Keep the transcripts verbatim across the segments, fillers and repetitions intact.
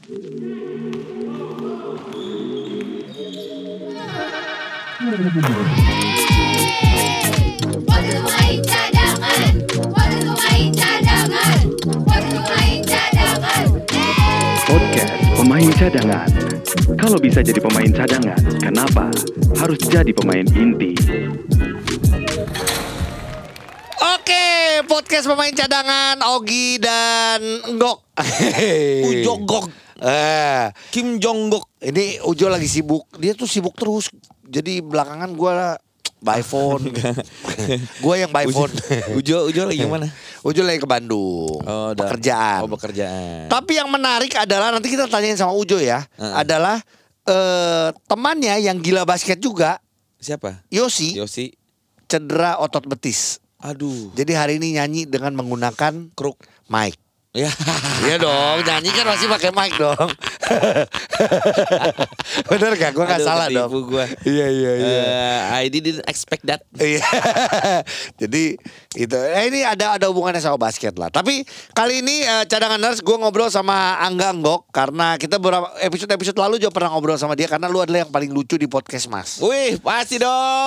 Pemain cadangan, pemain cadangan, pemain cadangan. Podcast Pemain Cadangan. Kalau bisa jadi pemain cadangan, kenapa harus jadi pemain inti? Oke, podcast pemain cadangan Ogi dan Nggok. Ujo Gok, Eh, Kim Jong Gok. ini Ujo lagi sibuk. Dia tuh sibuk terus. Jadi belakangan gue by phone. Gue yang by phone. Ujo, Ujo lagi mana? Ujo lagi ke Bandung. Oh, dah. pekerjaan. Oh, pekerjaan. Tapi yang menarik adalah nanti kita tanyain sama Ujo ya. Uh-uh. Adalah eh, temannya yang gila basket juga, Siapa? Yosi, Yosi. cedera otot betis. Aduh. Jadi hari ini nyanyi dengan menggunakan Kruk. mic. Ya. Iya dong, nyanyi kan masih pakai mic dong. Bener gak? Gue gak Aduh, salah ketipu dong. gua. Iya iya iya. Eh, I didn't expect that. Iya. Jadi itu eh, ini ada ada hubungannya sama basket lah. Tapi kali ini eh, cadangan nurse gue ngobrol sama Angga Nggok karena kita beberapa episode episode lalu juga pernah ngobrol sama dia karena lu adalah yang paling lucu di podcast Mas. Wih, pasti dong.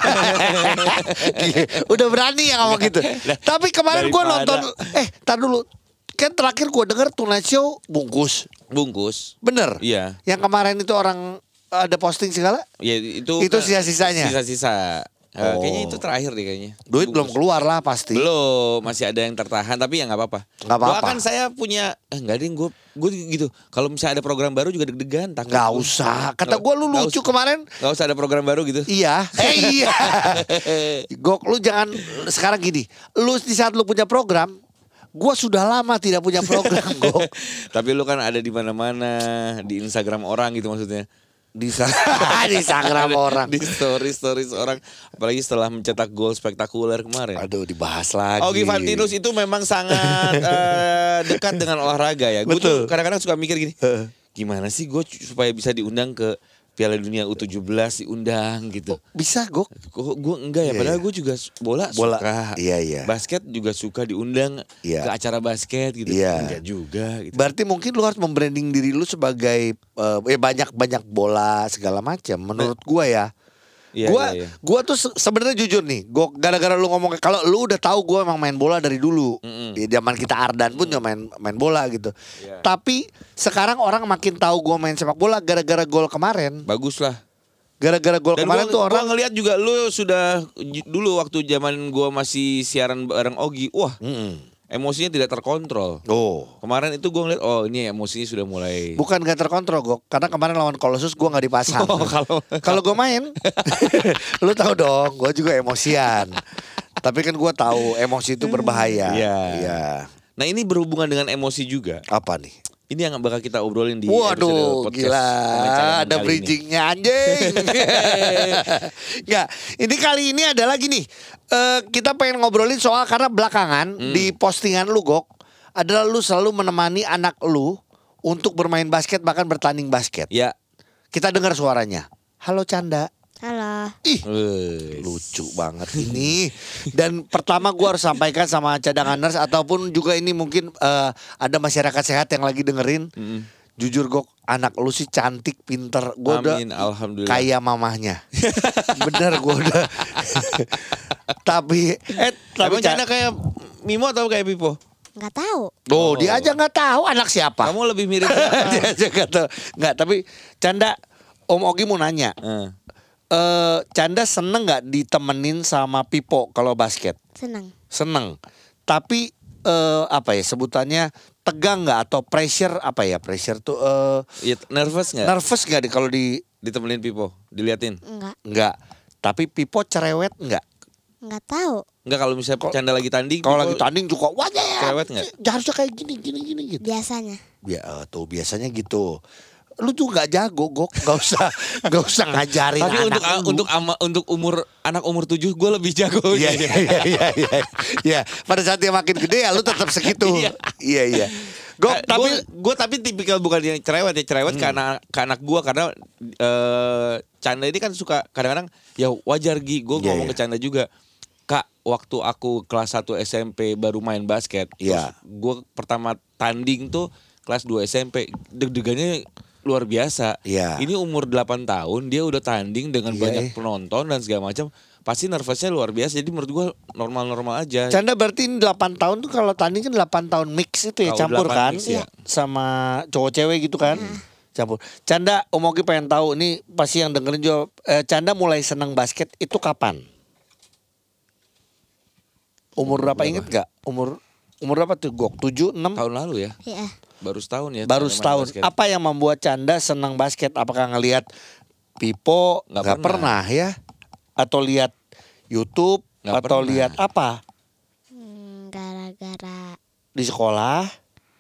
Udah berani ya ngomong gitu. Tapi kemarin gue Daripada- nonton eh tar dulu. Kan terakhir gue denger Tonight Show bungkus. Bungkus. Bener? Iya. Yang kemarin itu orang ada posting segala? Ya itu Itu sisa-sisanya? Sisa-sisa. Eh, Oh. kayaknya itu terakhir deh kayaknya. Duit belum Bungkus. keluar lah pasti. Belum, masih ada yang tertahan tapi ya nggak apa-apa. Nggak apa-apa. Doakan saya punya eh enggak ding gue gue gitu. Kalau misalnya ada program baru juga deg-degan takut. Gak gua. usah. Kata Nggak- gue lu nggak lucu usah. kemarin. Gak usah ada program baru gitu. Iya. Eh iya. Gok lu jangan sekarang gini. Lu di saat lu punya program, gue sudah lama tidak punya program, Gok. Tapi lu kan ada di mana-mana, di Instagram orang gitu maksudnya. Di sa- di Instagram orang. Di story stories orang, apalagi setelah mencetak gol spektakuler kemarin. Aduh, dibahas lagi. Ogi Fantinus itu memang sangat eh, dekat dengan olahraga ya. Gue Betul. tuh kadang-kadang suka mikir gini, gimana sih gue supaya bisa diundang ke Piala Dunia U tujuh belas diundang gitu. Bisa, Gok. Kok gue enggak ya, Iya, padahal iya. gue juga bola, Bola, suka. iya, iya. Basket juga suka diundang Iya. ke acara basket gitu. Iya. Enggak juga gitu. Berarti mungkin lu harus membranding diri lu sebagai eh eh, banyak-banyak bola segala macam. Menurut gua ya. Iya, gua iya, iya. gua tuh se- sebenarnya jujur nih, gua gara-gara lu ngomong kalau lu udah tahu gua emang main bola dari dulu. Mm-mm. Di zaman kita Ardan pun juga main main bola gitu. Iya. Tapi sekarang orang makin tahu gua main sepak bola gara-gara gol kemarin. Bagus lah. Gara-gara gol Dan kemarin gua, tuh gua orang ngelihat juga lu sudah j- dulu waktu zaman gua masih siaran bareng Ogi, wah Mm-mm. emosinya tidak terkontrol. Oh. Kemarin itu gua ngeliat, oh ini emosinya sudah mulai. Bukan gak terkontrol, Gok. Karena kemarin lawan Colossus gue gak dipasang. Oh, kalau- kalau gue main, lu tahu dong, gue juga emosian. Tapi kan gue tahu emosi itu berbahaya. Iya. Iya. Nah ini berhubungan dengan emosi juga. Apa nih? Ini yang bakal kita obrolin di Waduh, episode podcast gila. Pemain Cadangan Ada kali bridgingnya anjing. Nggak, ini kali ini adalah gini. eh, kita pengen ngobrolin soal karena belakangan Hmm. di postingan lu, Gok, adalah lu selalu menemani anak lu untuk bermain basket bahkan bertanding basket. ini. Ya. Kita dengar suaranya. Halo Canda. Halo. Ih, Wes. lucu banget ini. Dan pertama gue harus sampaikan sama cadanganers ataupun juga ini mungkin eh, ada masyarakat sehat yang lagi dengerin. Mm-mm. Jujur Gok, anak lu sih cantik, pinter. Gue udah Amin, alhamdulillah. kayak mamahnya. Bener gue udah. tapi eh tapi Emang Canda kayak Mimo atau kayak Pipo? Nggak tahu. Oh, dia aja nggak tahu anak siapa. Kamu lebih mirip dia aja nggak tahu. Nggak, tapi Canda, Om Ogi mau nanya. Eh. Eh, Canda seneng nggak ditemenin sama Pipo kalau basket? Senang. Seneng. Tapi eh, apa ya sebutannya tegang nggak atau pressure apa ya pressure tuh eh, Ya, nervous nggak? nervous nggak di kalau di Ditemenin Pipo, diliatin. Enggak. nggak? Tapi Pipo cerewet nggak? Nggak tahu. Enggak kalau misalnya Canda lagi tanding. Kalau Pipo lagi tanding juga wajah cerewet nggak? harusnya kayak gini gini gini gitu. Biasanya. Ya eh, tuh biasanya gitu. Lu tuh nggak jago, Gok, nggak usah nggak usah ngajarin Tapi anak untuk lu. untuk ama, untuk umur anak umur tujuh gue lebih jago. Iya iya iya iya iya. Iya, pada saat dia makin gede ya lu tetap segitu. Iya. Iya iya. Gok, Eh, tapi gue tapi tipikal bukan yang cerewet ya cerewet ke anak ke anak gue karena eh Canda ini kan suka kadang-kadang ya wajar Gi gue Iya, ngomong iya. ke Canda juga Kak waktu aku kelas satu S M P baru main basket Iya. terus gue pertama tanding tuh kelas dua S M P. Deg-degannya luar biasa. Iya. Ini umur delapan tahun dia udah tanding dengan Iya, banyak eh. penonton dan segala macam. Pasti nervousnya luar biasa. Jadi menurut gua normal-normal aja. Canda berarti ini delapan tahun tuh kalau tanding kan delapan tahun mix itu ya, Kalau campur delapan kan? mix, ya. Sama cowok cewek gitu kan? Campur. Canda, Om Ogi pengen tahu ini pasti yang dengerin juga. Eh, Canda mulai senang basket itu kapan? Umur berapa, inget gak? Umur umur berapa tuh Gok? tujuh, enam? Tahun lalu ya. Iya. Baru setahun ya. Baru main setahun. basket. Apa yang membuat Canda senang basket? Apakah ngelihat Pipo? Nggak Gak pernah. ya? Atau lihat YouTube? Nggak atau pernah. lihat apa? Hmm, gara-gara Di sekolah?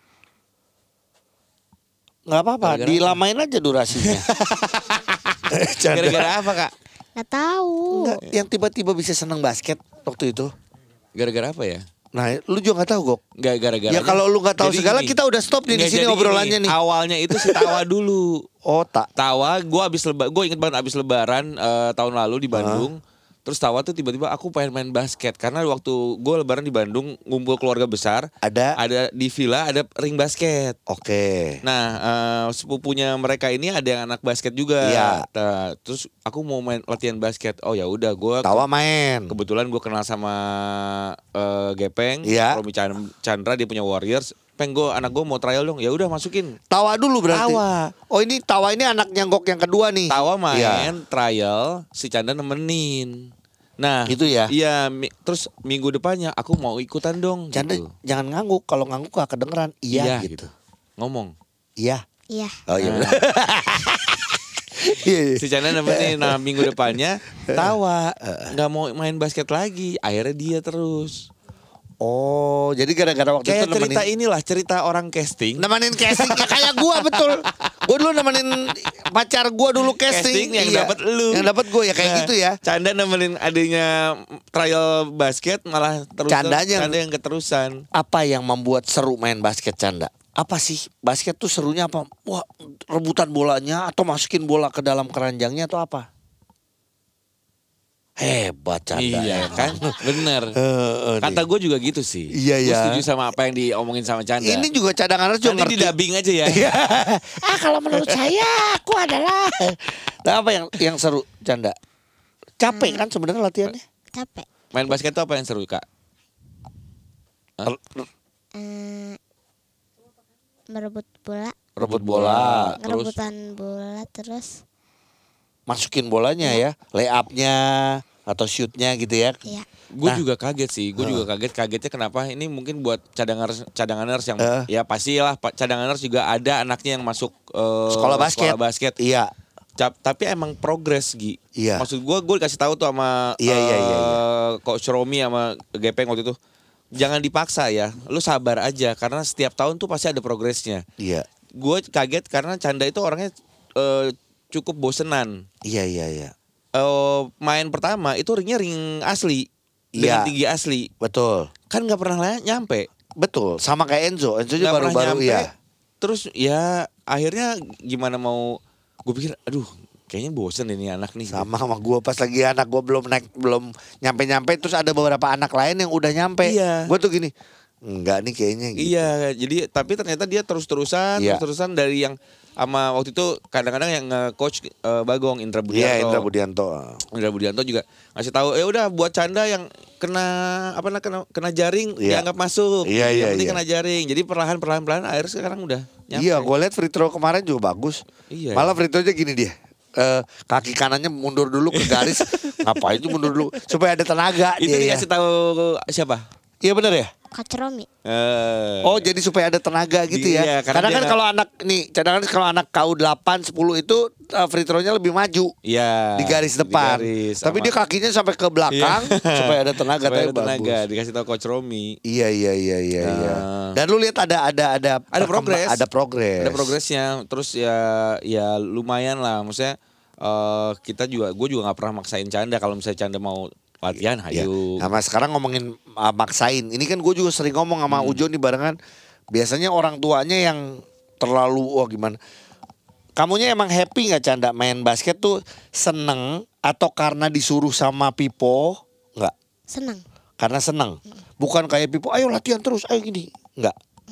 Gak apa-apa, Gara-gara dilamain aja durasinya. Canda. Gara-gara apa kak? nggak tahu. Enggak, yang tiba-tiba bisa senang basket waktu itu. Gara-gara apa ya? Nah, lu juga nggak tahu, Gok. Gak gara-gara. Ya kalau lu nggak tahu Jadi segala, gini. kita udah stop nih di Nggak, sini jadi obrolannya gini, nih. Awalnya itu si Tawa dulu. Oh, tak. Tawa, gue abis lebar, gue inget banget abis lebaran eh, tahun lalu di Bandung. Terus Tawa tuh tiba-tiba aku pengen main basket karena waktu gue lebaran di Bandung ngumpul keluarga besar, Ada. ada di villa ada ring basket. Oke. Nah eh, sepupunya mereka ini ada yang anak basket juga. Iya. Nah, terus aku mau main latihan basket. Oh ya udah gue Tawa main. kebetulan gue kenal sama eh, Gepeng, Iya. Romi Chan- Chandra dia punya Warriors. Peng gue anak gue mau trial dong. Ya udah masukin. Tawa dulu berarti. Tawa. Oh, ini Tawa ini anaknya Gok yang kedua nih. Tawa main Iya. trial, si Chandra nemenin. Nah, Gitu ya? Iya, mi- terus minggu depannya aku mau ikutan dong. Canda gitu. jangan ngangguk, kalau ngangguk gak kedengeran. Iya, gitu. Ngomong. Iya. Iya. Oh iya Nah. benar. Iya, iya. Si Chandra nemenin. Nah, minggu depannya Tawa nggak mau main basket lagi. Akhirnya dia terus. Oh, jadi gara-gara waktu Kayak itu cerita nemenin inilah cerita orang casting. nemenin casting ya kayak gua betul. Gua dulu nemenin pacar gua dulu casting, Casting yang iya. dapat lu. Yang dapat gua ya kayak Nah, gitu ya. Canda nemenin adanya trial basket malah terus Candanya- Canda yang keterusan. Apa yang membuat seru main basket, Canda? Apa sih basket tuh serunya apa? Wah, rebutan bolanya atau masukin bola ke dalam keranjangnya atau apa? Hebat, Canda. Iya ya. kan, bener. Heeh, Kata nih. gue juga gitu sih. Iya, Gue ya. setuju sama apa yang diomongin sama Canda. Ini juga cadangan juga Nanti ngerti. di dubbing aja ya. ah kalau menurut saya aku adalah. Nah, apa yang yang seru, Canda? Capek kan sebenarnya latihannya? Capek. Main basket tuh apa yang seru kak? Eh, merebut bola. Rebut bola, terus Ngerebutan bola terus. masukin bolanya ya, lay up-nya atau shoot-nya gitu ya. Iya. gue Nah. juga kaget sih. Gue juga kaget. Kagetnya kenapa? Ini mungkin buat cadanganers, cadanganers yang Eh. ya pastilah Pak, cadanganers juga ada anaknya yang masuk eh, Sekolah basket. Sekolah basket. Iya. Cap- tapi emang progres Gi. Iya. Maksud gue, gue dikasih tahu tuh sama Iya, iya, iya, iya. eh, Coach Romi sama Gepeng waktu itu. Jangan dipaksa ya, lu sabar aja karena setiap tahun tuh pasti ada progresnya. Iya. Gue kaget karena Canda itu orangnya eh, cukup bosenan. Iya, iya, iya. Eh, main pertama itu ringnya ring asli dengan Iya. tinggi asli, Betul. kan nggak pernah lah nyampe. Betul, sama kayak Enzo. Enzo Nggak juga pernah baru-baru nyampe. ya. Terus ya akhirnya gimana mau? Gue pikir, aduh, kayaknya bosen ini anak nih. Sama sama gua pas lagi anak gua belum naik belum nyampe-nyampe terus ada beberapa anak lain yang udah nyampe. Iya. Gua tuh gini, enggak nih kayaknya gitu. Iya, jadi tapi ternyata dia terus-terusan, Iya. terus-terusan dari yang sama waktu itu kadang-kadang yang nge-coach eh, Bagong Indra Budianto. Iya, Indra Budianto. Indra Budianto juga ngasih tahu, ya udah buat Canda yang kena apa nah, kena kena jaring Iya. dianggap masuk. Iya, Gitu. iya, Yang penting iya. kena jaring. Jadi perlahan perlahan perlahan akhirnya sekarang udah nyampe. Iya, gua lihat free throw kemarin juga bagus. Iya. Malah free throw-nya gini dia. Eh, kaki kanannya mundur dulu ke garis. Ngapain itu mundur dulu supaya ada tenaga Itu dia ya. dikasih tahu siapa? Iya benar ya? Coach Romi. Eh, Oh, jadi supaya ada tenaga gitu ya. Iya, karena karena dia kan nggak- kalau anak nih, cadangan kalau anak K U delapan, sepuluh itu uh, free throw-nya lebih maju. iya. Di garis depan. garis, Tapi sama- dia kakinya sampai ke belakang Iya. supaya ada tenaga. Supaya tapi ada tenaga, bagus. dikasih tahu Coach Romi. Iya iya iya iya. Nah. iya. Dan lu lihat ada ada ada Ada perkemba- progres. Ada progres. Ada progresnya. Terus ya ya lumayan lah. Maksudnya eh, kita juga, gue juga nggak pernah maksain Canda kalau misalnya Canda mau latihan, Iya. hayu. Nah, mas sekarang ngomongin uh, maksain. Ini kan gue juga sering ngomong sama Hmm. Ujo nih barengan. Biasanya orang tuanya yang terlalu wah gimana? Kamunya emang happy nggak Canda main basket tuh seneng atau karena disuruh sama Pipo? Nggak. Senang. Karena seneng. Bukan kayak Pipo, ayo latihan terus, ayo gini. Nggak. Enggak.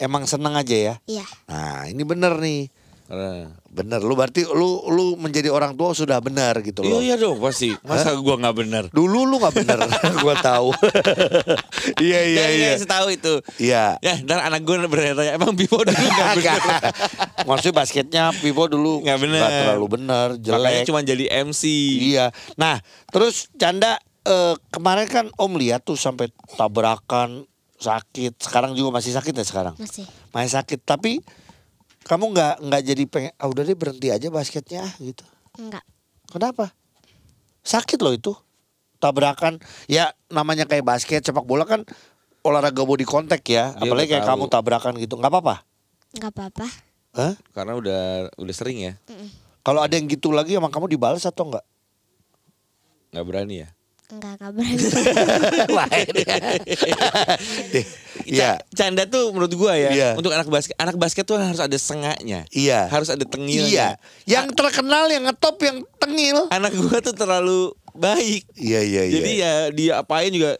emang seneng aja ya. Iya. Nah ini bener nih. Karena Bener, lu berarti lu lu menjadi orang tua sudah benar gitu iya loh. iya dong pasti. Masa gua nggak benar? Dulu lu nggak bener, gua tahu. Iya iya Ya, iya. ya, setahu itu. Iya. Ya, ntar anak gue bertanya, emang Bimo dulu nggak benar? Maksudnya basketnya Pipo dulu Nggak bener. nggak terlalu bener, Makanya jelek. cuma jadi M C. Iya. Nah, terus Canda eh, kemarin kan Om lihat tuh sampai tabrakan, sakit. Sekarang juga masih sakit ya sekarang? Masih. Masih sakit, tapi kamu nggak nggak jadi pengen, ah udah deh berhenti aja basketnya gitu. Enggak. Kenapa? Sakit loh itu. Tabrakan, ya namanya kayak basket, sepak bola kan olahraga body contact ya. Dia Apalagi udah kayak tahu. kamu tabrakan gitu, nggak apa-apa? Enggak apa-apa. Hah? Karena udah udah sering ya. Kalau ada yang gitu lagi emang kamu dibalas atau enggak? Nggak berani ya. Enggak, enggak berani. Iya. Ca- Canda tuh menurut gua ya. Iya. Untuk anak basket, anak basket tuh harus ada sengaknya. Iya. Harus ada tengilnya. Iya. Yang terkenal, yang ngetop, yang tengil. Anak gua tuh terlalu baik. Iya iya iya. Jadi ya dia apain juga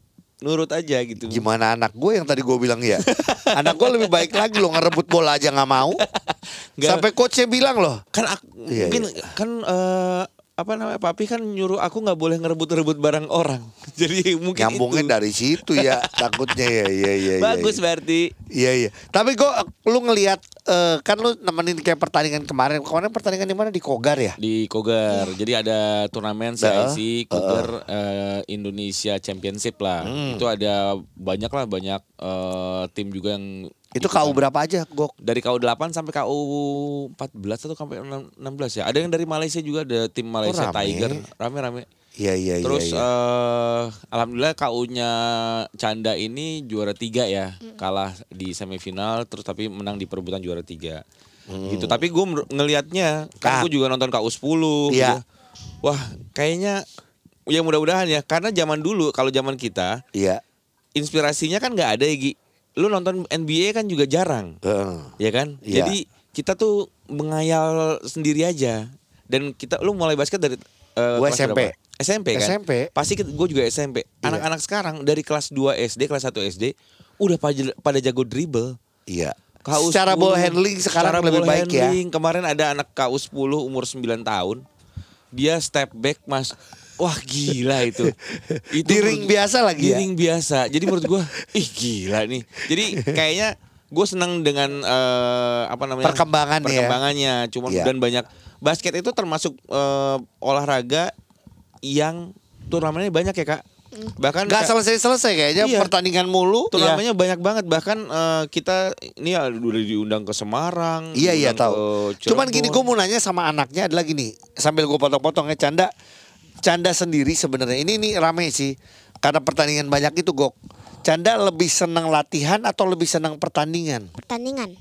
nurut aja gitu. Gimana anak gue yang tadi gue bilang ya? Anak gue lebih baik lagi loh, ngerebut bola aja nggak mau. Nggak- Sampai coachnya bilang loh. Kan aku, Iya, mungkin kan eh, apa namanya papi kan nyuruh aku nggak boleh ngerebut-rebut barang orang. Jadi mungkin Nyambungin itu. dari situ ya takutnya ya. Iya iya. iya, Bagus iya. berarti. Iya iya. Tapi gue lu ngelihat eh, kan lu nemenin kayak pertandingan kemarin. Kemarin pertandingan di mana? Di Kogar ya? Di Kogar. Jadi ada turnamen C I C Kogar eh, Indonesia Championship lah. Hmm. Itu ada banyak lah banyak eh, tim juga yang Itu K ikutan. U berapa aja, Gok? Dari K U delapan sampai K U empat belas atau sampai enam belas ya. Ada yang dari Malaysia juga, ada tim Malaysia rame. Tiger. Rame-rame. Iya iya iya. Terus iya. eh, alhamdulillah K U-nya Canda ini juara tiga ya, kalah di semifinal, terus tapi menang di perebutan juara tiga. Gitu. Tapi gue ngelihatnya, kan Ah. gue juga nonton K U sepuluh. Iya. Gitu. Wah, kayaknya ya mudah-mudahan ya, karena zaman dulu kalau zaman kita Iya. inspirasinya kan nggak ada ya Gi. Lu nonton N B A kan juga jarang, Heeh. ya kan? Iya. Jadi kita tuh mengayal sendiri aja. Dan kita, lu mulai basket dari eh, Gua kelas S M P. berapa? S M P kan? S M P. Pasti gue juga S M P. Anak-anak sekarang dari kelas dua S D, kelas satu S D udah pada, pada jago dribble. Iya. K U Secara sepuluh, ball handling sekarang secara lebih ball baik ya. handling. Kemarin ada anak K U sepuluh umur sembilan tahun. Dia step back mas. Wah gila itu. Itu Di ring menurut- biasa lagi Di ya? ring biasa. Jadi menurut gue, ih gila nih. Jadi kayaknya gue senang dengan eh, apa namanya Perkembangannya ya. perkembangannya. Cuma Iya. dan banyak basket itu termasuk eh, olahraga yang turnamennya banyak ya kak. Bahkan Gak Kak, selesai-selesai kayaknya Iya. pertandingan mulu. turnamennya banyak banget. Bahkan eh, kita ini ya udah diundang ke Semarang. Iya iya diundang tahu. ke Cuman gini, Cirebon. gue mau nanya sama anaknya adalah gini, sambil gue potong-potong ya Canda, Canda sendiri sebenarnya ini nih rame sih karena pertandingan banyak itu Gok. Canda lebih senang latihan atau lebih senang pertandingan? Pertandingan.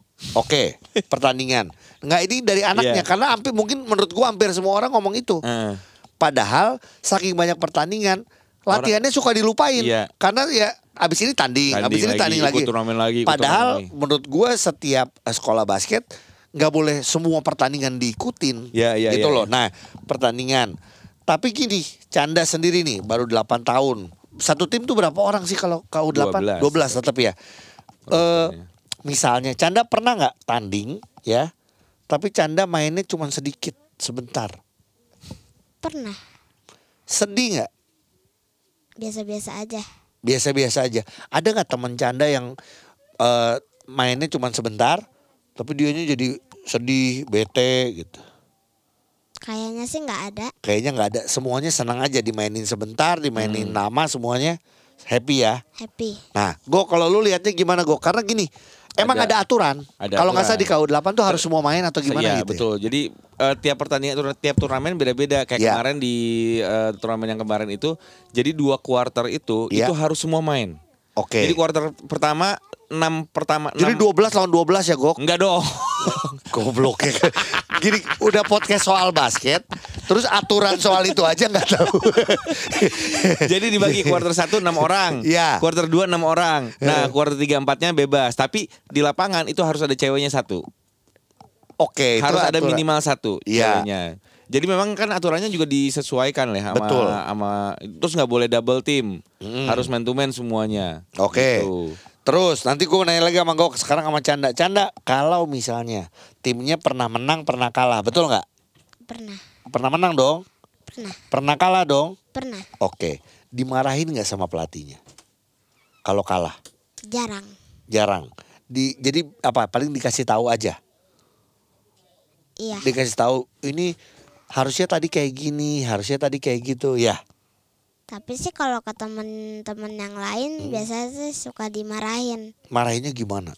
Oke, pertandingan. Nggak, ini dari anaknya Iya. karena hampir mungkin menurut gua hampir semua orang ngomong itu. Eh. Padahal saking banyak pertandingan, latihannya suka dilupain. Iya. Karena ya abis ini tanding, Tanding abis ini lagi, tanding ikut lagi. turnamen lagi, ikut Padahal turnamen lagi. menurut gua setiap eh, sekolah basket nggak boleh semua pertandingan diikutin. Iya, iya, gitu iya, loh. iya. Nah, pertandingan. Tapi gini, Canda sendiri nih baru delapan tahun. Satu tim tuh berapa orang sih kalau K U delapan? dua belas. dua belas tetap ya. Eh misalnya Canda pernah nggak tanding ya? Tapi Canda mainnya cuma sedikit, sebentar. Pernah. Sedih nggak? Biasa-biasa aja. Biasa-biasa aja. Ada nggak teman Canda yang eh, mainnya cuma sebentar, tapi dianya jadi sedih, bete gitu? Kayaknya sih nggak ada. Kayaknya nggak ada. Semuanya senang aja dimainin sebentar, dimainin nama, semuanya happy ya. Happy. Nah, Go kalau lu lihatnya gimana Go? Karena gini, emang ada, Ada- aturan. ada Kalau nggak salah aturan. di K U delapan tuh harus semua main atau gimana Iya gitu. ya? betul. Jadi eh, tiap pertandingan turna- tiap turnamen beda-beda. Kayak Iya. kemarin di eh, turnamen yang kemarin itu, jadi dua quarter itu Iya. itu harus semua main. Oke. Jadi quarter pertama enam pertama Jadi enam- dua belas lawan dua belas ya, Gok? enggak dong. Goblok ya. Gini, udah podcast soal basket, terus aturan soal itu aja nggak tahu. Jadi dibagi quarter satu enam orang, Iya. quarter dua enam orang. Nah, quarter tiga empatnya bebas. Tapi di lapangan itu harus ada ceweknya satu. Oke, itu Harus ada aturan. minimal satu Iya. ceweknya. Jadi memang kan aturannya juga disesuaikan lah sama Betul. sama terus nggak boleh double team. Mm. Harus man to man semuanya. Oke. Gitu. Terus nanti gue nanya lagi sama Gok sekarang sama Canda. Canda, kalau misalnya timnya pernah menang, pernah kalah, betul nggak? Pernah. Pernah menang dong? Pernah. Pernah kalah dong? Pernah. Oke, dimarahin nggak sama pelatihnya? Kalau kalah? Jarang. Jarang. Di, jadi apa? Paling dikasih tahu aja. Iya. Dikasih tahu ini harusnya tadi kayak gini, harusnya tadi kayak gitu, ya. Tapi sih kalau ke temen-temen yang lain Hmm. biasanya sih suka dimarahin. Marahinnya gimana?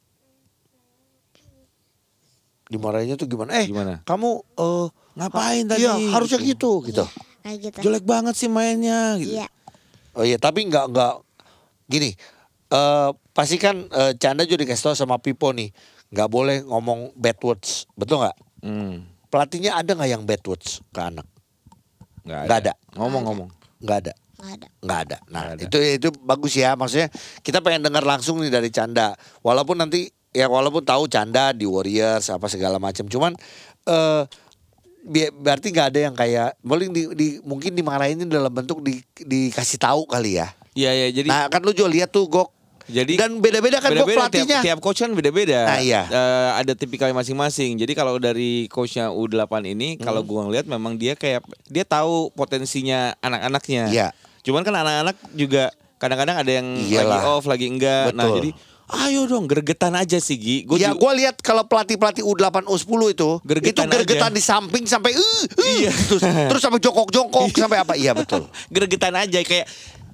Dimarahinnya tuh gimana? Eh, Gimana? kamu eh Ngapain ha- tadi? Iya, harusnya gitu, gitu. Kayak gitu. Jelek banget sih mainnya gitu. Iya. Oh iya, tapi nggak nggak gini. Eh pasti kan eh, Canda juga dikasih tahu sama Pipo nih, nggak boleh ngomong bad words, betul nggak? Hmm, Pelatihnya ada nggak yang bad words ke anak? nggak Nggak ada. Ngomong-ngomong. Nggak ada. Nggak ada. Nggak ada. Nah Nggak ada. itu itu bagus ya. Maksudnya kita pengen dengar langsung nih dari Canda. Walaupun nanti ya walaupun tahu Canda di Warriors apa segala macam. Cuman eh bi- berarti nggak ada yang kayak boleh di, di mungkin dimarahin dalam bentuk di, dikasih tahu kali ya. Iya ya, jadi Nah kan lu juga lihat tuh Gok. jadi Dan beda-beda kan Gok beda-beda tiap, pelatihnya. tiap coach kan beda-beda. Nah, iya. Eh, ada tipikalnya masing-masing. Jadi kalau dari coachnya U delapan ini, Hmm. kalau gua ngeliat memang dia kayak dia tahu potensinya anak-anaknya. Iya. Cuman kan anak-anak juga kadang-kadang ada yang Iyalah. lagi off, lagi enggak. Nah Betul. jadi ayo dong gregetan aja sih Gi. Gua Ya ju- gue lihat kalau pelatih-pelatih U delapan U sepuluh itu Gergetan itu gergetan aja. di samping sampai uh, uh, Iya. terus, terus sampai jongkok-jongkok sampai apa? Iya betul. gregetan aja kayak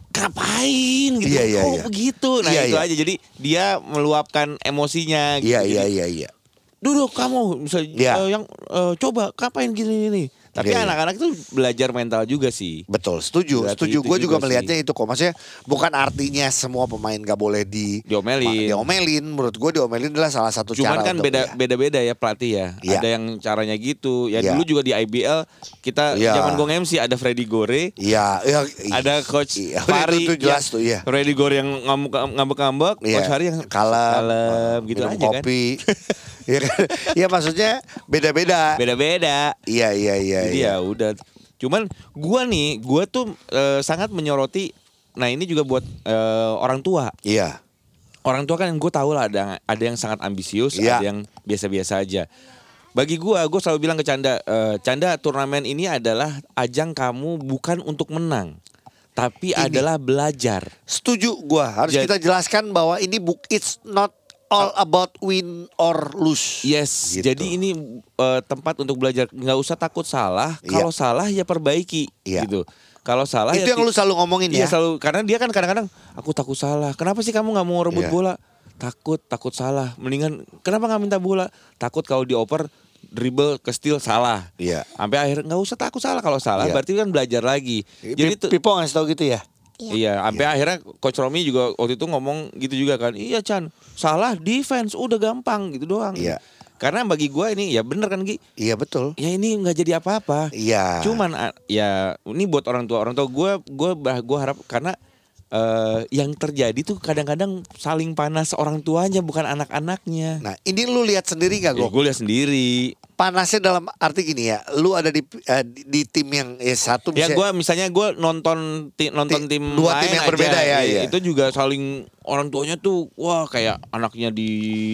ngapain gitu. Iya, iya, Kok iya. begitu? Nah Iya, itu iya. aja. Jadi dia meluapkan emosinya gitu. Iya Jadi, iya iya iya. duduk kamu misalnya Iya. eh, yang eh, coba ngapain gini ini. Tapi Iya, iya. anak-anak itu belajar mental juga sih. Betul, setuju, Berarti setuju. itu Gue juga juga melihatnya sih. itu kok. Maksudnya bukan artinya semua pemain gak boleh di Diomelin. diomelin. Menurut gue diomelin adalah salah satu Cuman cara kan untuk beda ya. beda-beda ya pelatih ya. Iya. Ada yang caranya gitu. Ya Iya. dulu juga di I B L kita Iya. zaman gue M C ada Freddy Gore, Iya, iya, iya. ada coach Iya, Fahri. itu, itu jelas yang- tuh, iya. Freddy Gore yang ngambek- ngambek-ngambek, Iya. coach Fahri yang kalem, kalem gitu minum aja kan. kopi. Iya kan? Iya maksudnya beda-beda. Beda-beda. Iya iya iya. Jadi iya. ya udah. Cuman gua nih, gua tuh eh, sangat menyoroti. Nah ini juga buat eh, orang tua. Iya. Orang tua kan gue tahu lah ada ada yang sangat ambisius, Iya. ada yang biasa-biasa aja. Bagi gua, gue selalu bilang ke Canda, eh, Canda turnamen ini adalah ajang kamu bukan untuk menang, tapi Ini. adalah belajar. Setuju gua. Harus Jadi- kita jelaskan bahwa ini book it's not all about win or lose. Yes, Gitu. jadi ini eh, tempat untuk belajar. Nggak usah takut salah. Iya. Kalau salah ya perbaiki, Iya. gitu. Kalau salah Itu ya yang ti- lu selalu ngomongin Iya ya. selalu, karena dia kan kadang-kadang aku takut salah. Kenapa sih kamu nggak mau rebut Iya. bola? Takut, takut salah. Mendingan kenapa nggak minta bola? Takut kalau dioper dribble ke steal salah. Iya. Sampai akhir nggak usah takut salah. Kalau salah Iya. berarti kan belajar lagi. Jadi Pi- tuh Pipo ngasih tahu gitu ya. Iya. iya, sampai akhirnya Coach Romi juga waktu itu ngomong gitu juga kan. Iya Chan, salah defense udah gampang gitu doang. Iya. Karena bagi gua ini ya bener kan Gi. Iya betul. Ya ini nggak jadi apa-apa. Iya. Cuman ah, ya ini buat orang tua orang tua gue gue gue harap karena eh, yang terjadi tuh kadang-kadang saling panas orang tuanya bukan anak-anaknya. Nah ini lu lihat sendiri gak Ya, Gok? gue lihat sendiri. Panasnya dalam arti gini ya. Lu ada di eh, di, di tim yang ya satu Ya bisa. gue misalnya gue nonton ti- nonton Ti- tim dua lain tim yang aja, berbeda ya, iya. Itu juga saling orang tuanya tuh wah kayak anaknya di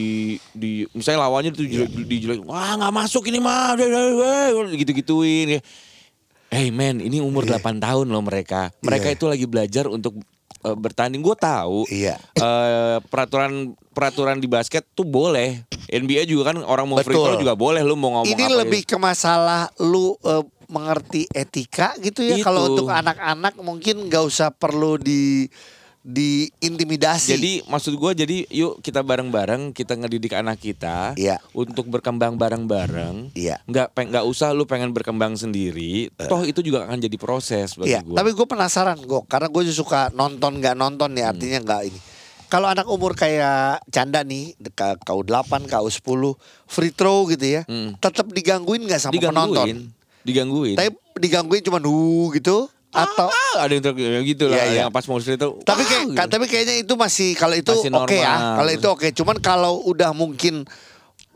di misalnya lawannya tuh Iya. jelek dijelek wah nggak masuk ini mah gitu-gituin. Hey man, ini umur Iya. delapan tahun loh mereka. Mereka Iya. itu lagi belajar untuk eh, bertanding. Gue tahu Iya. eh, peraturan peraturan di basket tuh boleh. N B A juga kan orang mau free Betul. throw juga boleh. Lu mau ngomong Ini apa lebih ke masalah lu eh, mengerti etika gitu ya. Itu. Kalau untuk anak-anak mungkin gak usah perlu di diintimidasi. Jadi maksud gue jadi yuk kita bareng-bareng kita ngedidik anak kita Iya. untuk berkembang bareng-bareng. Iya. Nggak peng nggak usah lu pengen berkembang sendiri. Toh itu juga akan jadi proses bagi Iya, gue. tapi gue penasaran Gok, karena gue suka nonton nggak nonton nih, artinya nggak ini. Kalau anak umur kayak Canda nih, K U delapan, K U sepuluh, free throw gitu ya, Hmm. tetap digangguin nggak sama penonton? digangguin, digangguin. Tapi digangguin cuma nu gitu atau? Ah, ada yang ter- yang gitu lah, Iya, iya. yang pas mau free throw. Tapi wah, kayak, gitu. ka- tapi kayaknya itu masih kalau itu Masih oke ya, normal. kalau itu oke. Cuman kalau udah mungkin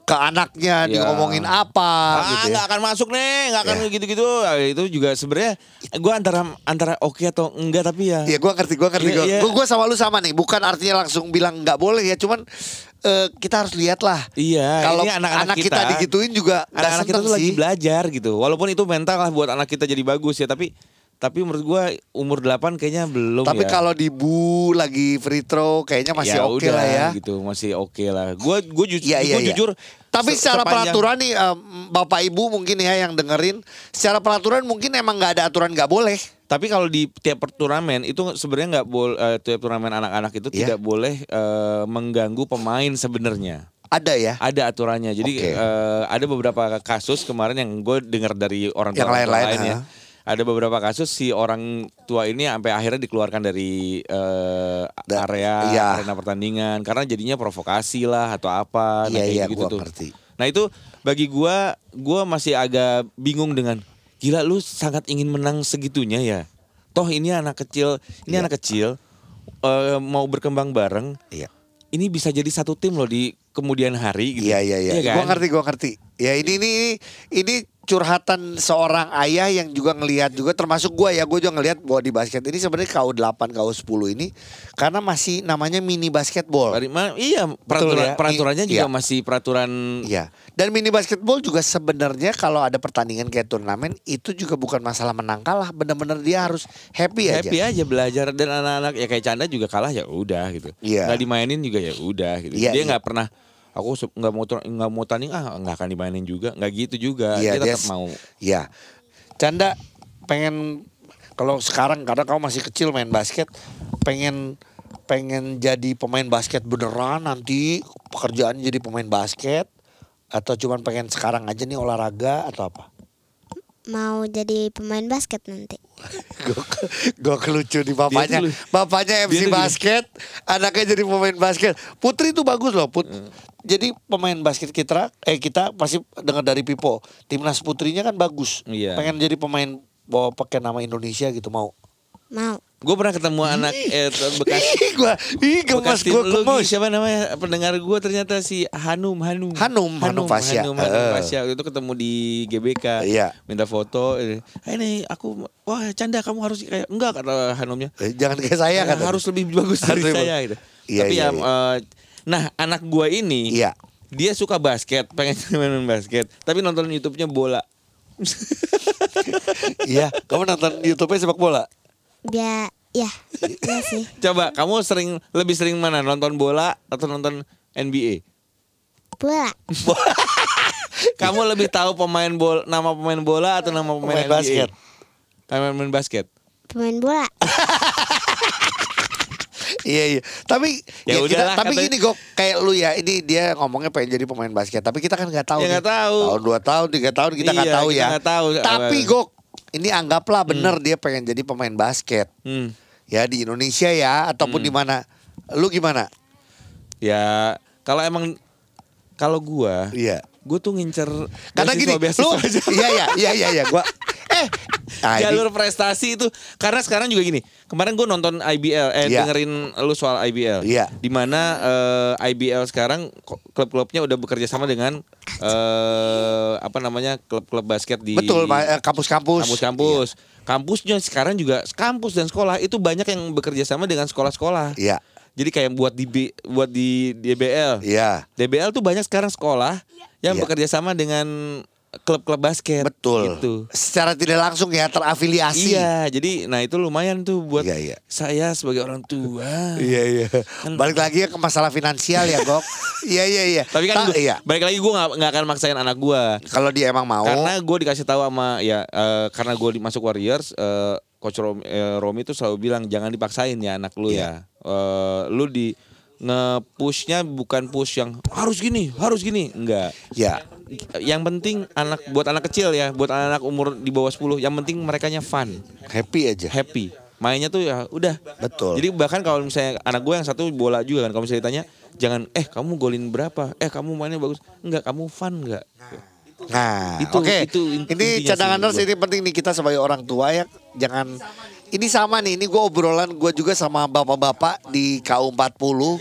ke anaknya Iya. ngomongin apa Ah, gitu ya. nggak akan masuk nih, nggak akan Ya. gitu-gitu. Nah, itu juga sebenarnya gue antara antara oke atau enggak, tapi ya. Iya, gue ngerti, gue ngerti. Iya, iya. Gue gue sama lu sama nih. Bukan artinya langsung bilang nggak boleh ya, cuman eh, kita harus lihat lah. Iya, Kalau ini anak-anak anak kita, kita digituin juga nggak Anak-anak kita seneng tuh lagi sih. belajar gitu. Walaupun itu mental lah buat anak kita jadi bagus ya, tapi tapi menurut gua umur delapan kayaknya belum Tapi ya. kalau di Bu lagi free throw, kayaknya masih Ya oke udah, lah ya. gitu, masih oke lah. Gua gua, ju- Iya, iya, gua iya. jujur. Tapi se- secara sepanjang- peraturan nih, em, Bapak Ibu mungkin ya yang dengerin, secara peraturan mungkin emang nggak ada aturan nggak boleh. Tapi kalau di tiap turnamen itu sebenarnya nggak boleh, tiap turnamen anak-anak itu Iya. tidak boleh eh, mengganggu pemain sebenarnya. Ada ya. Ada aturannya. Jadi Oke. eh, ada beberapa kasus kemarin yang gue dengar dari orang tua Yang orang tua lain-lain, lain ya. ha? Ada beberapa kasus si orang tua ini sampai akhirnya dikeluarkan dari eh, Da- area iya. arena pertandingan karena jadinya provokasi lah atau apa. Iya, kayak iya, gitu gua tuh. ngerti. Nah itu bagi gua, gua masih agak bingung dengan gila lu sangat ingin menang segitunya ya. Toh ini anak kecil, ini Iya. anak kecil eh, mau berkembang bareng. Iya. Ini bisa jadi satu tim loh di kemudian hari gitu. Iya, iya, iya. kan? Gua ngerti, gua ngerti. Ya ini ini ini curhatan seorang ayah yang juga ngelihat juga, termasuk gua ya, gua juga ngelihat bahwa di basket ini sebenarnya K U delapan, K U sepuluh ini karena masih namanya mini basketball. Pari- ma- Iya, Betul peraturan, ya? peraturannya I- juga iya. masih peraturan. Iya. Dan mini basketball juga sebenarnya kalau ada pertandingan kayak turnamen itu juga bukan masalah menang kalah, benar-benar dia harus happy aja. Happy aja belajar, dan anak-anak ya kayak Canda juga kalah ya udah gitu. Iya. Nggak dimainin juga ya udah gitu. Iya, Dia iya. nggak pernah aku se- nggak mau tur- nggak mau tanding ah nggak akan dimainin juga, nggak gitu juga. Iya, dia dia tetap s- mau. Iya. Canda pengen kalau sekarang karena kamu masih kecil main basket, pengen pengen jadi pemain basket beneran nanti pekerjaannya jadi pemain basket atau cuman pengen sekarang aja nih olahraga atau apa? Mau jadi pemain basket nanti. Gue kelucu di bapaknya. Dia tuh lu- Bapaknya M dia C tuh gini. basket, anaknya jadi pemain basket. Putri itu bagus loh, Put. Hmm. Jadi pemain basket kita eh kita pasti dengar dari Pipo. Timnas putrinya kan bagus. Iya. Pengen jadi pemain bawa pakai nama Indonesia gitu mau. Mau. Gue pernah ketemu anak eh, bekas Ih, gua ih gemas bekas tim gua lu, gemas. Gi, siapa namanya pendengar gue ternyata si Hanum Hanum Hanum, Hanum Fasya. Hanum, Hanum Heeh. Fasya. Waktu itu ketemu di G B K. Iya. Minta foto. Eh, ini aku wah Canda kamu harus kayak enggak kata Hanumnya. Eh, Jangan kayak saya Ya, kan. harus lebih bagus dari Harus lebih saya bagus. gitu. Iya, Tapi iya, ya, iya. eh, nah anak gua ini, Iya. dia suka basket, pengen main basket, tapi nonton YouTube-nya bola. Iya, kamu nonton YouTube-nya sepak bola? Dia ya, iya sih. Coba kamu sering lebih sering mana, nonton bola atau nonton N B A? Bola. Kamu lebih tahu pemain bola, nama pemain bola atau nama pemain, Pemain N B A? basket. Pemain main basket. Pemain bola. Iya iya. Tapi Ya ya kita, udahlah, tapi katanya- gini Gok, kayak lu ya, ini dia ngomongnya pengen jadi pemain basket, tapi kita kan nggak tahu. Ya, nih. nggak tahu. Tahun dua tahun, tiga tahun kita nggak Iya, tahu kita ya. nggak tahu. Tapi Gok, ini anggaplah bener dia pengen jadi pemain basket. Hmm. Ya di Indonesia ya ataupun di mana. Lu gimana? Ya kalau emang kalau gua, Iya. gua tuh ngincer Karena gini, beasiswa- lu beasiswa aja. iya iya iya iya iya gua eh nah, ini- Jalur prestasi itu karena sekarang juga gini. Kemarin gue nonton I B L, eh Iya. dengerin lu soal I B L. Iya. Dimana eh, I B L sekarang ko- klub-klubnya udah bekerja sama dengan eh apa namanya klub-klub basket di betul Ma- eh, kampus-kampus. kampus-kampus. Kampusnya sekarang juga kampus dan sekolah itu banyak yang bekerja sama dengan sekolah-sekolah. Iya. Jadi kayak buat di B- buat di D B L. Iya. D B L tuh banyak sekarang sekolah yang Iya. bekerja sama dengan klub-klub basket. Betul. Gitu. Secara tidak langsung ya terafiliasi. Iya, jadi nah itu lumayan tuh buat Iya, iya. saya sebagai orang tua. Iya iya. Balik lagi ke masalah finansial ya, Gok. Iya iya iya. Tapi kan Ta- gua- iya. balik lagi gue nggak nggak akan maksain anak gue. Kalau dia emang mau. Karena gue dikasih tahu sama ya eh, karena gue masuk Warriors, eh, coach Romi, eh, Romi tuh selalu bilang jangan dipaksain ya anak lu Iya. ya. Eh, lu di nge-pushnya bukan push yang harus gini, harus gini, enggak. Ya. Yang penting anak buat anak kecil ya, buat anak umur di bawah sepuluh, yang penting merekanya fun, Happy aja. happy. Mainnya tuh ya udah. Betul. Jadi bahkan kalau misalnya anak gue yang satu bola juga kan, kalau misalnya ditanya jangan eh kamu golin berapa, eh kamu mainnya bagus, enggak, kamu fun enggak. Nah, Itu- oke. itu in- Ini intinya cadangan sih nurse gua. ini penting nih kita sebagai orang tua ya. Jangan ini sama nih, ini gue obrolan gue juga sama bapak-bapak di K U empat puluh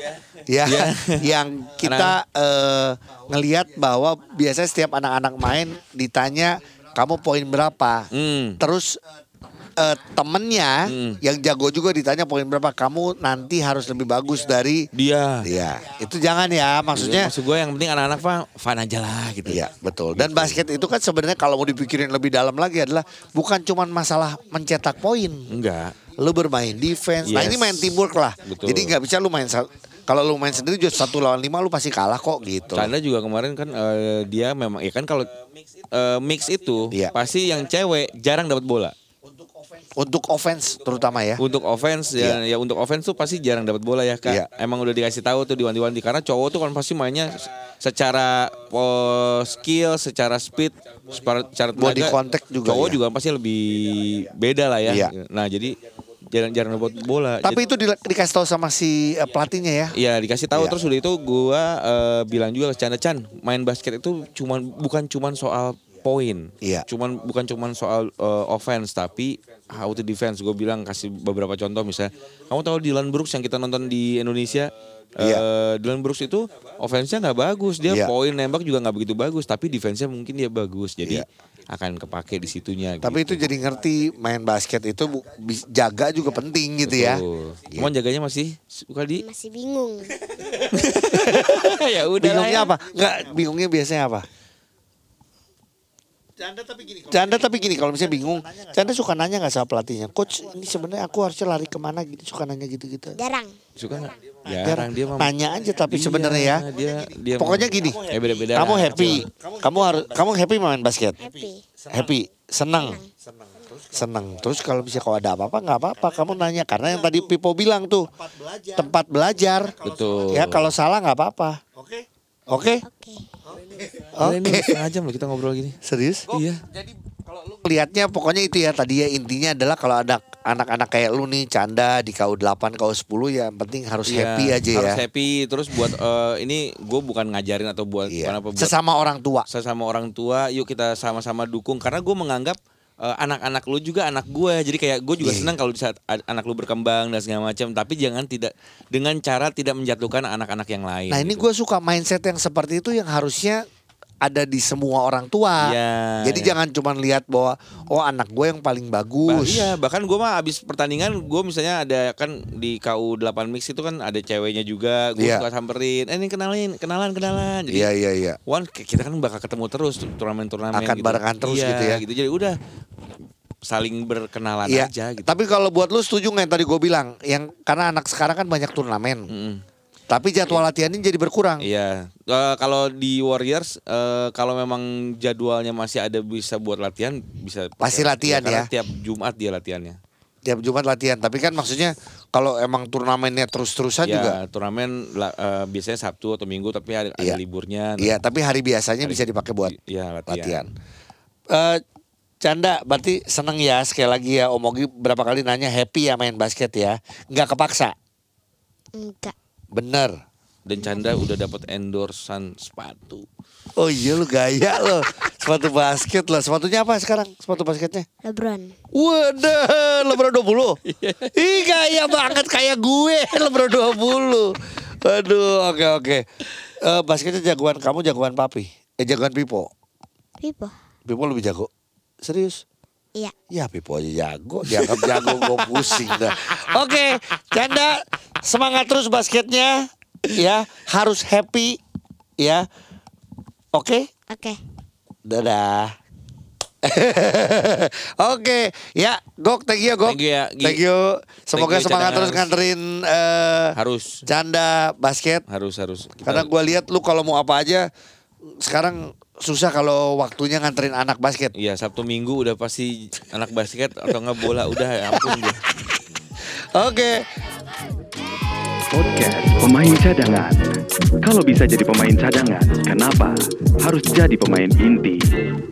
Ya, Iya. yang kita eh, ngelihat bahwa biasanya setiap anak-anak main ditanya kamu poin berapa. Hmm. Terus eh, temennya Hmm. yang jago juga ditanya poin berapa. Kamu nanti harus lebih bagus dari Dia. dia. Itu jangan ya, maksudnya. Maksud gue yang penting anak-anak fun, fun aja lah gitu. Iya betul. Dan basket itu kan sebenarnya kalau mau dipikirin lebih dalam lagi adalah bukan cuma masalah mencetak poin. Enggak. Lu bermain defense. Nah Yes. ini main teamwork lah. Betul. Jadi nggak bisa lu main sa- kalau lu main sendiri juga satu lawan lima lu pasti kalah kok gitu. Canda juga kemarin kan eh, dia memang ya kan kalau eh, mix itu Iya. pasti yang cewek jarang dapat bola. Untuk offense terutama ya. Untuk offense ya, ya untuk offense tuh pasti jarang dapat bola ya Kak. Iya. Emang udah dikasih tahu tuh diwanti-wanti karena cowok tuh kan pasti mainnya secara oh, skill, secara speed, secara secara Body tenaga, contact juga Cowok ya. juga pasti lebih beda lah ya. Iya. Nah, jadi jarang-jarang dapat bola. Tapi Jadi- itu di- dikasih tahu sama si eh, pelatihnya ya. Iya dikasih tahu Iya. terus udah itu gua eh, bilang juga ke Canda Chan main basket itu cuman bukan cuman soal poin, Iya. cuman bukan cuman soal eh, offense tapi how to defense. Gue bilang kasih beberapa contoh misalnya kamu tahu Dylan Brooks yang kita nonton di Indonesia. eh, Iya. Dylan Brooks itu offense-nya nggak bagus, dia Iya. poin nembak juga nggak begitu bagus, tapi defense-nya mungkin dia bagus, jadi Iya. akan kepake di situnya. Tapi itu jadi ngerti main basket itu bu- bis- jaga juga penting gitu ya. Gitu. Cuman jaganya masih suka di Masih bingung. ya udah lah Bingungnya ya. apa? Enggak, bingungnya biasanya apa? Canda tapi gini kalau misalnya bingung, Canda suka nanya nggak sama pelatihnya, coach ini sebenarnya aku harusnya lari kemana gitu, suka nanya gitu-gitu. Jarang. Suka nggak? Jarang. Jarang dia mah. Nanya aja tapi Iya, sebenarnya ya. Dia, dia Pokoknya gini, Ya beda-beda. kamu lah. happy, kamu harus kamu happy main basket, Happy. happy, senang, senang. Terus kalau bisa kalau ada apa-apa nggak apa-apa, kamu nanya karena yang tadi Pipo bilang tuh tempat belajar. Betul. Ya kalau salah nggak apa-apa. Oke? Oke. Gila, ini Oke. setengah jam loh kita ngobrol gini. Serius? Iya. Lihatnya pokoknya itu ya tadi ya intinya adalah kalau ada anak-anak kayak lu nih Canda di K U delapan, K U sepuluh ya yang penting harus Iya, happy aja ya. Harus happy. Terus buat eh, ini gue bukan ngajarin atau buat Iya. apa buat Sesama orang tua. sesama orang tua. Yuk kita sama-sama dukung karena gue menganggap eh, anak-anak lu juga anak gue. Jadi kayak gue juga Iya. senang kalau di saat ad- anak lu berkembang dan segala macam. Tapi jangan tidak dengan cara tidak menjatuhkan anak-anak yang lain. Nah ini gitu. gue suka mindset yang seperti itu yang harusnya ada di semua orang tua. Iya, Jadi iya. jangan cuma lihat bahwa oh anak gue yang paling Bah, bagus. iya bahkan gue mah abis pertandingan gue misalnya ada kan di K U delapan mix itu kan ada ceweknya juga gue Iya. suka samperin eh ini kenalin kenalan kenalan jadi Iya iya iya. Wan kita kan bakal ketemu terus turnamen-turnamen Akan gitu. barengan terus Iya, gitu ya. gitu jadi udah saling berkenalan Iya. aja gitu. Tapi kalau buat lu setuju nggak yang tadi gue bilang yang karena anak sekarang kan banyak turnamen. Mm-mm. Tapi jadwal latihannya jadi berkurang. Iya Eh, kalau di Warriors eh, kalau memang jadwalnya masih ada bisa buat latihan bisa Pasti latihan karena ya. tiap Jumat dia latihannya. Tiap Jumat latihan. Tapi kan maksudnya kalau emang turnamennya terus-terusan Ya, juga. turnamen la- eh, biasanya Sabtu atau Minggu tapi ada, ada Iya. liburnya. Iya, tapi hari biasanya Hari- bisa dipakai buat Iya, latihan. latihan. Eh, Canda, berarti seneng ya sekali lagi ya Om Ogi berapa kali nanya happy ya main basket ya, nggak kepaksa, Enggak. bener. Dan Canda udah dapat endorsan sepatu. Oh iya lu gaya lo, sepatu basket lah, sepatunya apa sekarang sepatu basketnya? LeBron. Waduh, Lebron dua puluh. Ih gaya banget kayak gue, Lebron dua puluh. Waduh, oke oke. Eh, basketnya jagoan kamu, jagoan papi, eh jagoan Pipo. Pipo. Pipo lebih jago, serius? Iya. Ya Pipo aja jago, dianggap jago gue pusing dah. Oke, Canda semangat terus basketnya, ya harus happy, ya. Oke, Oke. dadah. Oke, ya Gok, thank you Gok. Thank you ya, Gi. Thank you. Semoga Thank you, semangat Canda. terus nganterin eh, Harus Canda basket. harus harus. Kita- Karena gue lihat lu kalau mau apa aja sekarang susah kalau waktunya nganterin anak basket. Iya Sabtu Minggu udah pasti anak basket atau nggak bola udah ya ampun dia. Oke. Podcast Pemain Cadangan. Kalau bisa jadi pemain cadangan, kenapa harus jadi pemain inti?